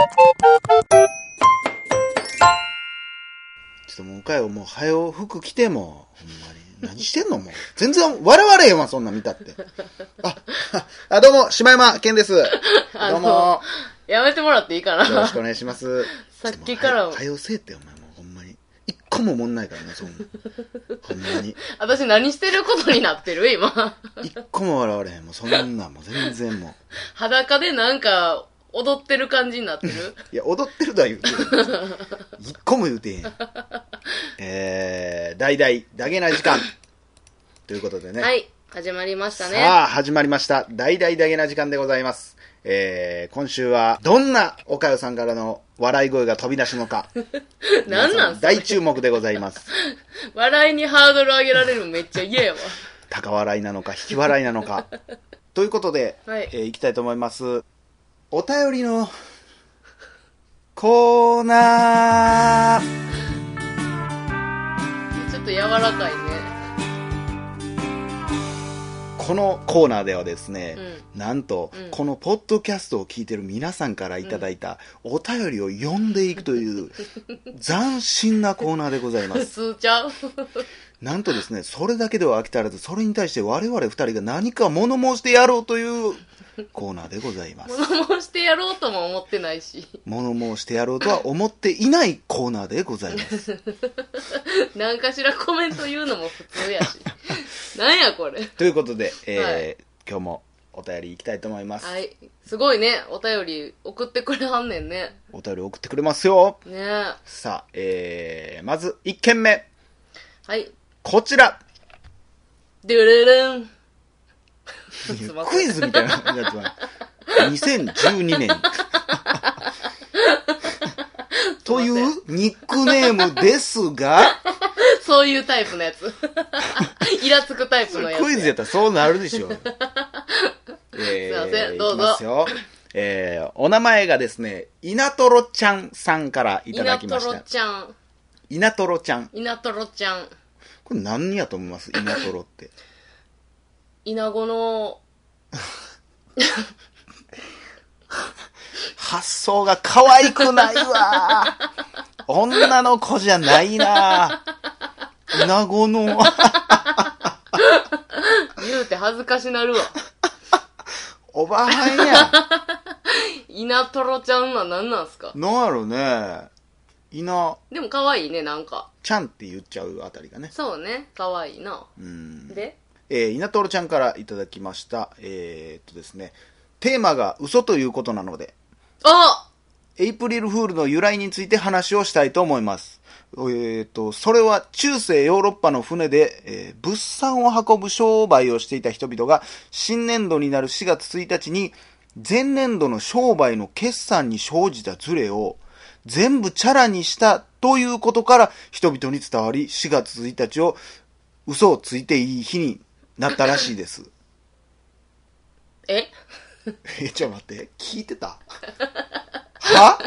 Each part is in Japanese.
ちょっともうかよ、もう早う服着ても、ほんまに。何してんのもう。全然笑われへんわ、そんなん見たって。どうも、柴山健です。どうも。 やめてもらっていいかな。 よろしくお願いします。 さっきから。 早うせえって、お前もうほんまに。一個も思んないからね、そんな。ほんまに。 私何してることになってる今。 一個も笑われへん。もうそんな、もう全然もう。 裸でなんか、踊ってる感じになってるいや、踊ってるとは言うてる。一個も言うてへん。大々、だげな時間。ということでね。 はい、始まりましたね。 さあ、始まりました。大々だげな時間でございます。今週は、どんなおかよさんからの笑い声が飛び出すのか。 何なんすか大注目でございます。 笑いにハードル上げられるのめっちゃ嫌やわ。 高笑いなのか、引き笑いなのか。ということで、 はい、 いきたいと思います。お便りのコーナー。 ちょっと柔らかいね。 このコーナーではですね、なんと、 ここのポッドキャストを聞いてる皆さんからいただいたお便りを読んでいくという斬新なコーナーでございます。 普通ちゃうなんとですね、それだけでは飽き足らず、それに対して我々二人が何か物申してやろうというコーナーでございます。 物申してやろうとも思ってないし。 物申してやろうとは思っていないコーナーでございます。 何かしらコメント言うのも普通やし。なんやこれ。 ということで、 はい、 今日もお便りいきたいと思います。 はい。すごいね。お便り送ってくれはんねんね。 お便り送ってくれますよ。 ね。 さあ、まず1件目。 はい。 こちら。 ドゥルルン。 クイズみたいなやつは。2012年。というニックネームですが、 そういうタイプのやつ。イラつくタイプのやつ。 クイズやったらそうなるでしょ。すいません、どうぞ。 いきますよ。お名前がですね、稲トロちゃんさんからいただきました。 稲トロちゃん。 稲トロちゃん。 稲トロちゃん。 これ何やと思います？稲トロって。 稲子の発想が可愛くないわ。女の子じゃないな。稲子の言うて恥ずかしなるわ。 おばはんや。 稲トロちゃんは何なんすか？ なんやろね。稲でも可愛いね、なんかちゃんって言っちゃうあたりがね。 そうね、可愛いな。で、 稲トロちゃんからいただきました。ですね、テーマが嘘ということなので、エイプリルフールの由来について話をしたいと思います。それは中世ヨーロッパの船で、物産を運ぶ商売をしていた人々が新年度になる4月1日に前年度の商売の決算に生じたズレを全部チャラにしたということから人々に伝わり、4月1日を嘘をついていい日になったらしいです。ちょっと待って、聞いてた？は？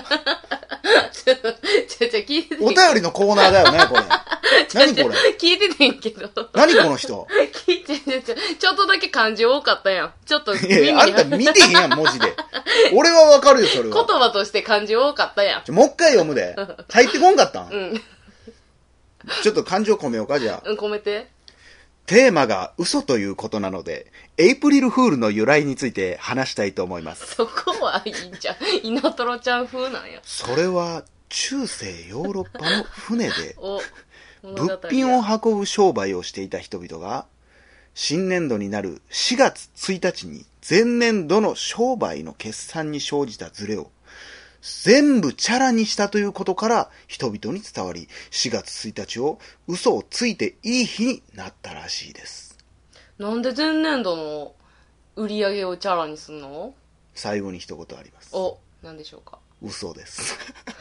聞いてて。 お便りのコーナーだよね、これ。何これ？ 聞いててんけど。 何この人？ 聞いてて、ちょっとだけ漢字多かったやん。ちょっと耳に。あんた見てへんやん、文字で。俺はわかるよ、それは。 言葉として漢字多かったやん。 もう一回読むで。入ってこんかったん？ うん。 ちょっと漢字を込めようか、じゃあ。 うん、込めて。 テーマが嘘ということなので、エイプリルフールの由来について話したいと思います。 そこはいいんじゃん。稲トロちゃん風なんや。 それは、中世ヨーロッパの船で、物品をを運ぶ商売をしていた人々が、新年度になる4月1日に前年度の商売の決算に生じたズレを全部チャラにしたということから人々に伝わり、4月1日を嘘をついていい日になったらしいです。 なんで前年度の売り上げをチャラにすんの？ 最後に一言あります。 なんでしょうか？ 嘘です。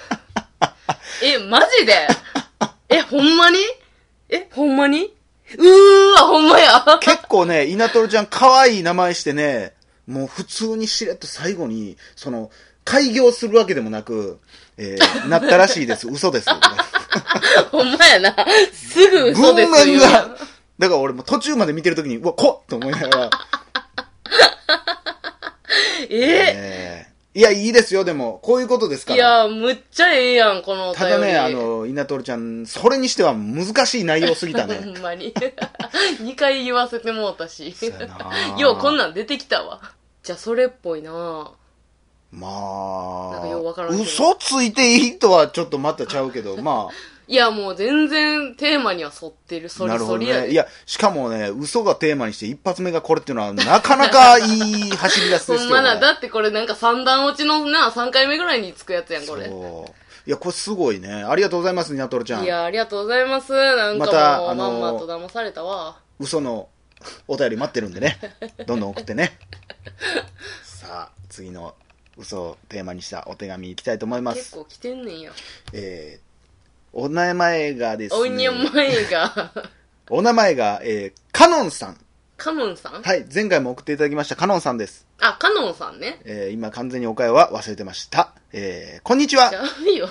マジで？ほんまに？ほんまに？ほんまや。 結構ね、稲トロちゃん可愛い名前してね、もう普通にしれっと最後に、開業するわけでもなく、なったらしいです。嘘です。 ほんまやな。すぐ嘘ですよ。 文面が、だから俺も途中まで見てるときに、うわ、こっと思いながら。 いや、いいですよ、でも。こういうことですから。 いや、むっちゃええやん、このお便り。 ただね、稲取ちゃん、それにしては難しい内容すぎたね。 ほんまに。2回言わせてもうたし。 そうやなよう、こんなん出てきたわ。じゃあ、それっぽいなまあ。 なんかようわからんけど。 嘘ついていいとはちょっとまたちゃうけど、まあ。 いや、もう全然テーマには沿ってる。そりそりやで。 ね。いや、しかもね、嘘がテーマにして一発目がこれっていうのはなかなかいい走り出しですよ。 ほんまな、だってこれなんか3段落ちのな、3回目ぐらいにつくやつやん、これ。 そう。いや、これすごいね。ありがとうございます、ニナトルちゃん。 いや、ありがとうございます。なんかもう、 またまんまと騙されたわ。 嘘のお便り待ってるんでね。どんどん送ってね。さあ、次の嘘をテーマにしたお手紙いきたいと思います。 結構来てんねんや。 お名前がですね。 お名前が。 お名前が、カノンさん。 カノンさん？ はい、前回も送っていただきましたカノンさんです。 あ、カノンさんね。 今完全にお会話忘れてました。こんにちは。 じゃあいいよ。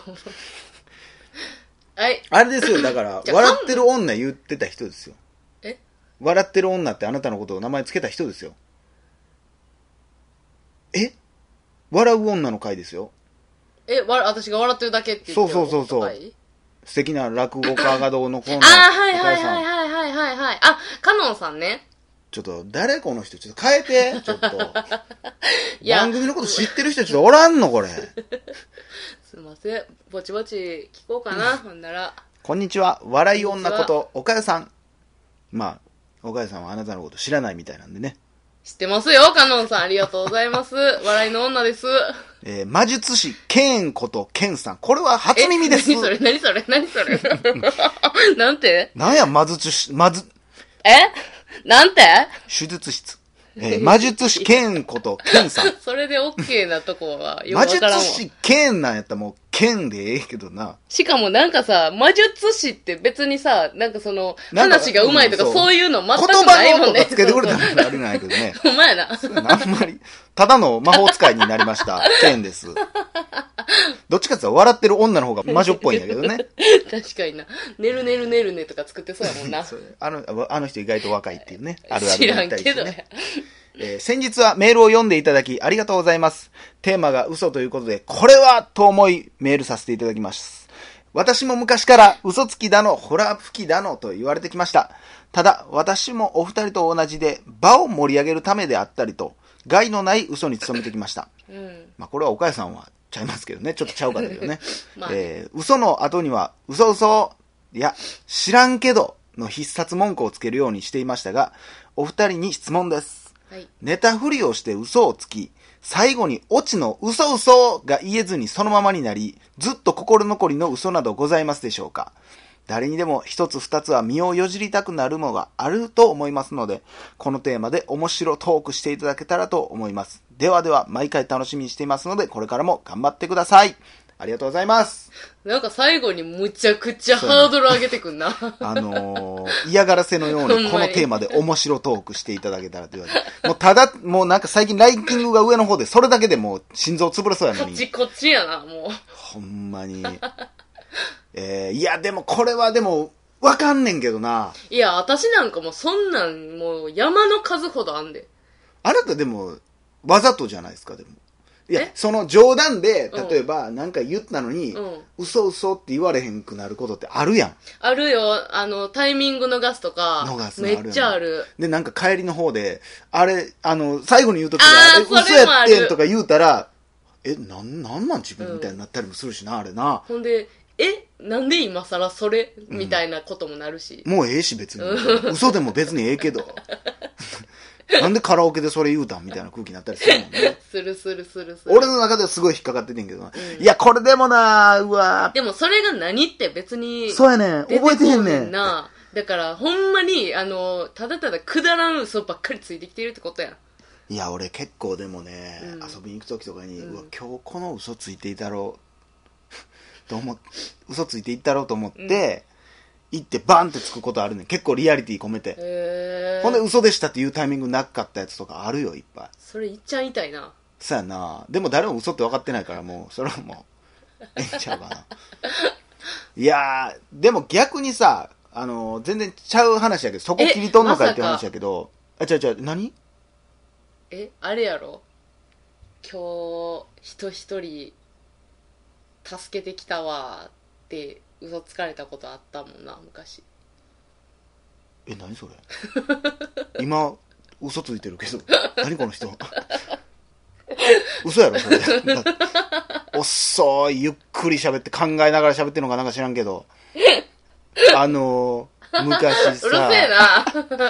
はい。 あれですよ、だから、笑ってる女言ってた人ですよ。 え？ 笑ってる女ってあなたのことを名前つけた人ですよ。笑う女の回ですよ。 私が笑ってるだけって言ってるそう。素敵な落語家がどうのこうの。 はい。あ、カノンさんね。 ちょっと、誰この人ちょっと変えて、ちょっと。番組のこと知ってる人ちょっとおらんのこれ。 すいません。ぼちぼち聞こうかな、ほんなら。 こんにちは。笑い女こと、岡谷さん。まあ、岡谷さんはあなたのこと知らないみたいなんでね。 知ってますよ、カノンさん。ありがとうございます。笑いの女です。 魔術師、ケーンことケンさん。これは初耳です。 何それなんてなんや、魔術師、 なんて手術室。魔術師ケーンことケンさん。 それで OK なとこはよく魔術わからんわ。 師ケーンなんやったらもうケンでええけどな。 しかもなんかさ、魔術師って別にさ、なんかその、話が上手いとかそういうの全くないもんね。 言葉のとかつけてくれたらあれないけどね。 ほんまやな。 あんまり、ただの魔法使いになりました。ケンです。どっちかって言ったら笑ってる女の方が魔女っぽいんだけどね。 確かにな。ねるねとか作ってそうやもんな。 あの人意外と若いっていうね。あるある知らだったりしてんけどや。 先日はメールを読んでいただきありがとうございます。テーマが嘘ということで、これはと思いメールさせていただきます。私も昔から嘘つきだの、ホラ吹きだのと言われてきました。ただ、私もお二人と同じで、場を盛り上げるためであったりと、害のない嘘に努めてきました。まあこれは岡谷さんはちゃいますけどね。ちょっとちゃうかったけどね。まあ嘘の後には、嘘、いや、知らんけどの必殺文句をつけるようにしていましたが、お二人に質問です。はい、ネタ振りをして嘘をつき、最後にオチの嘘が言えずにそのままになり、ずっと心残りの嘘などございますでしょうか。誰にでも一つ二つは身をよじりたくなるものがあると思いますので、このテーマで面白トークしていただけたらと思います。ではでは、毎回楽しみにしていますので、これからも頑張ってください。ありがとうございます。 なんか最後にむちゃくちゃハードル上げてくんな。 嫌がらせのようにこのテーマで面白トークしていただけたらと言われて。もうなんか最近ランキングが上の方で、それだけでもう心臓潰れそうやのに。 こっちやな、もう。 ほんまに。いや、でもこれはでも、わかんねんけどな。 いや、私なんかもうそんなんもう山の数ほどあんで。 あなたでも、わざとじゃないですか、でも。いや、その冗談で、例えば、なんか言ったのに、嘘って言われへんくなることってあるやん。 あるよ。タイミング逃すとか、めっちゃある。 で、なんか帰りの方で、あれ、最後に言うときは、嘘やってんとか言うたら、なんなん自分みたいになったりもするしな、あれな。 ほんで、なんで今更それみたいなこともなるし。 もうええし別に。嘘でも別にええけど。なんでカラオケでそれ言うたんみたいな空気になったりするもんね。 する。 俺の中ではすごい引っかかっててんけどな。いや、これでもな、うわでもそれが何って別に。 そうやねん。覚えてへんねん。 だからほんまに、ただただくだらん嘘ばっかりついてきてるってことやん。 いや、俺結構でもね、遊びに行くときとかに、うわ、今日この嘘ついていたろう、と思って、嘘ついていったろうと思って、行ってバンってつくことあるねん。結構リアリティ込めて。ほんで嘘でしたっていうタイミングなかったやつとかあるよ、いっぱい。 それ言っちゃいたいな。 そうやな。でも誰も嘘って分かってないから、もう、それはもう、ええんちゃうかな。いやー、でも逆にさ、全然ちゃう話やけど、そこ切り取んのかいって話やけど、違う、何？ あれやろ？ 今日人一人助けてきたわって嘘つかれたことあったもんな、昔。 何それ今嘘ついてるけど何この人嘘やろそれ遅いゆっくり喋って考えながら喋ってるのかなんか知らんけど昔さうるせえな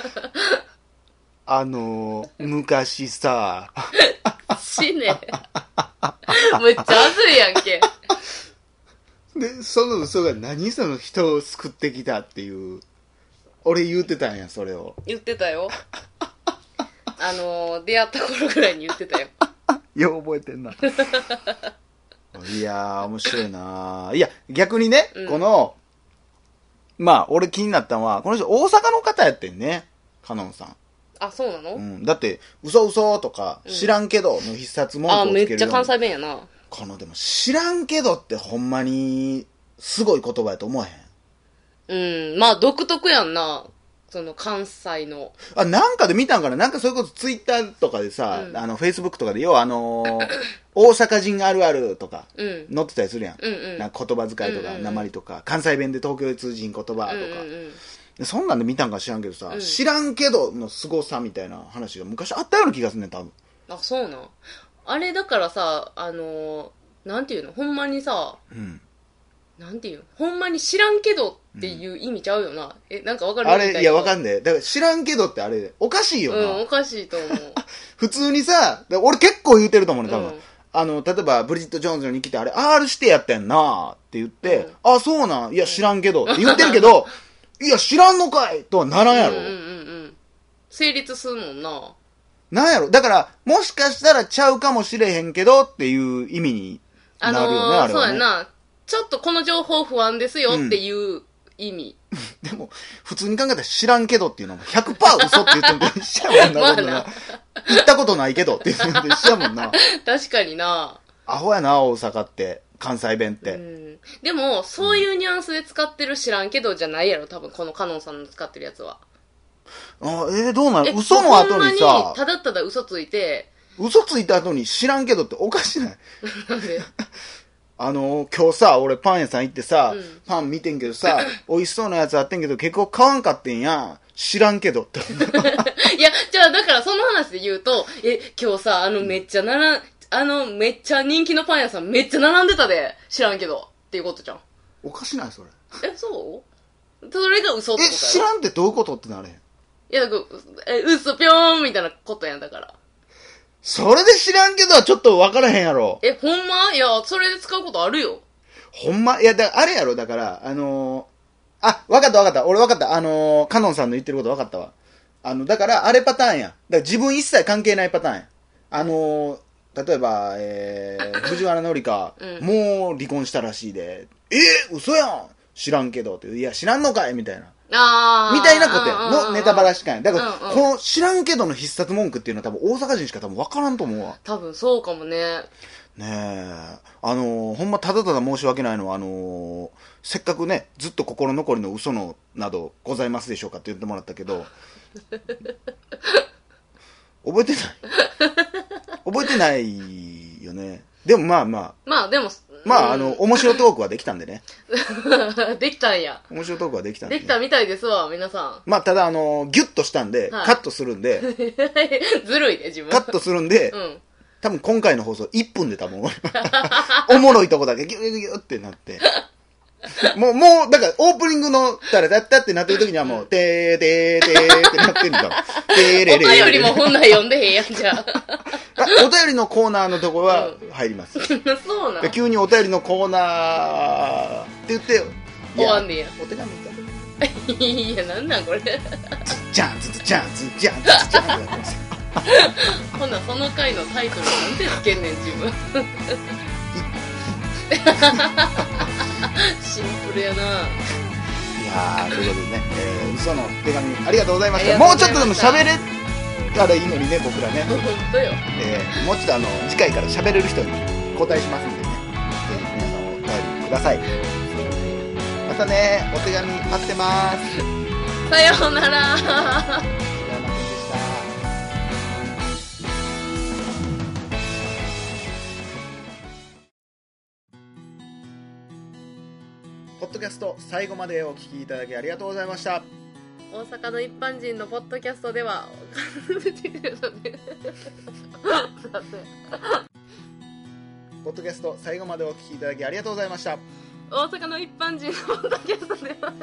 昔さ死ねめっちゃ熱いやんけ。 でその嘘が何その人を救ってきたっていう俺言うてたんや、それを。 言ってたよ。出会った頃ぐらいに言ってたよ。 よう覚えてんな。いやー、面白いなー。いや、逆にね、この、まあ、俺気になったのは、この人大阪の方やってんね。カノンさん。 あ、そうなの？ だって、嘘嘘とか、知らんけどの必殺文句をつけるように。 めっちゃ関西弁やな。 この、でも、知らんけどってほんまに、すごい言葉やと思えへん。 まあ独特やんな。その関西の。 なんかで見たんかな、なんかそれこそツイッターとかでさ、フェイスブックとかで、要は大阪人あるあるとか、載ってたりするやん。なんか言葉遣いとか、訛りとか、関西弁で東京で通じん言葉とか。そんなんで見たんか知らんけどさ、知らんけどの凄さみたいな話が昔あったような気がするねん、多分。 あ、そうなん。あれだからさ、なんていうの、ほんまにさ、なんていうの、ほんまに知らんけどっていう意味ちゃうよな。なんかわかる？ あれ、いやわかんねえ。だから知らんけどってあれ、おかしいよな。 おかしいと思う。 普通にさ、俺結構言うてると思うね、多分。例えば、ブリジット・ジョーンズに来て、あれ、R 指定やったやんなって言って、あ、そうなん、いや、知らんけどって言ってるけど、いや、知らんのかいとはならんやろ。 成立するもんな。 なんやろ。だから、もしかしたらちゃうかもしれへんけどっていう意味になるよね、あれはね。 そうやな。ちょっとこの情報不安ですよっていう意味。 でも、普通に考えたら知らんけどっていうのも 100% 嘘って言ってるんで一緒やもんな。まあな。言ったことないけどって言ってるんで一緒やもんな。 確かにな。 アホやな、大阪って。関西弁って。 でも、そういうニュアンスで使ってる知らんけどじゃないやろ、多分このカノンさんの使ってるやつは。 どうなの？嘘の後にさ。ほんまにただただ嘘ついて。 嘘ついた後に知らんけどっておかしない？ なんで？ 今日さ、俺パン屋さん行ってさ、パン見てんけどさ、美味しそうなやつあってんけど結構買わんかってんや。知らんけどって。 いや、じゃあだからその話で言うと、今日さ、めっちゃめっちゃ人気のパン屋さんめっちゃ並んでたで、知らんけどっていうことじゃん。 おかしないそれ。 そうそれが嘘ってことやろ？ 知らんってどういうことってなれへん。 いや、だから、嘘ぴょーんみたいなことやんだから。 それで知らんけどはちょっと分からへんやろ。 ほんま？いや、それで使うことあるよ。 ほんま？いや、あれやろ、だから、分かった。俺分かった。カノンさんの言ってること分かったわ。だから、あれパターンや。だから自分一切関係ないパターンや。例えば、藤原紀香、もう離婚したらしいで、嘘やん知らんけどって、いや、知らんのかいみたいな。みたいなことやのネタバラシかんや。だから、この知らんけどの必殺文句っていうのは多分大阪人しか多分分からんと思うわ。 多分そうかもね。 ねえ。ほんまただただ申し訳ないのは、せっかくね、ずっと心残りの嘘のなどございますでしょうかって言ってもらったけど、覚えてない覚えてないよね。でもまあまあ。 まあでも、 面白トークはできたんでね。 できたんや。 面白トークはできたんで、ね。 できたみたいですわ、皆さん。まあ、ただギュッとしたんで、カットするんで。 ずるいね、自分。 カットするんで、多分今回の放送1分で多分、おもろいとこだけギュギュギュってなって。もう、だから、オープニングの、タラタッタってなってる時にはもう、てーてーてーってなってんだ。てーれれれ。 お便りも本来読んでへんやんじゃん。 お便りのコーナーのところは入ります。 そうなん。 急にお便りのコーナーって言って、 終わんねや。 お手紙か。 いや、なんなんこれ。 ずっちゃん、ずっちゃん、ずっちゃん、ずっちゃんってなってます。 ほな、その回のタイトルなんてつけんねん、自分。シンプルやな。いやー、ということでね、嘘の手紙ありがとうございました。もうちょっとでも喋れたらいいのにね、僕らね。 本当よ。 もうちょっと次回から喋れる人に交代しますんでね。皆さんお便りください。またね、お手紙待ってます。 さようなら。 ポッドキャスト最後までお聞きいただきありがとうございました。 大阪の一般人のポッドキャストではポッドキャスト最後までお聞きいただきありがとうございました。 大阪の一般人のポッドキャストでは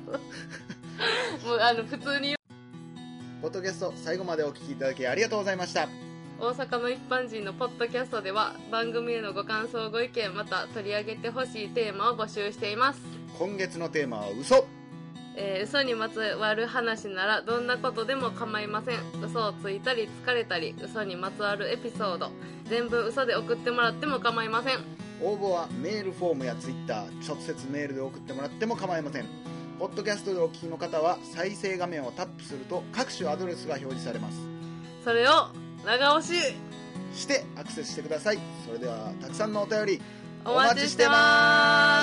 もう普通にポッドキャスト最後までお聞きいただきありがとうございました。 大阪の一般人のポッドキャストでは番組へのご感想ご意見また取り上げてほしいテーマを募集しています。 今月のテーマは嘘。 嘘にまつわる話ならどんなことでも構いません。嘘をついたり疲れたり嘘にまつわるエピソード全部嘘で送ってもらっても構いません。 応募はメールフォームやツイッター直接メールで送ってもらっても構いません。ポッドキャストでお聞きの方は再生画面をタップすると各種アドレスが表示されます。 それを長押ししてアクセスしてください。それではたくさんのお便りお待ちしてます。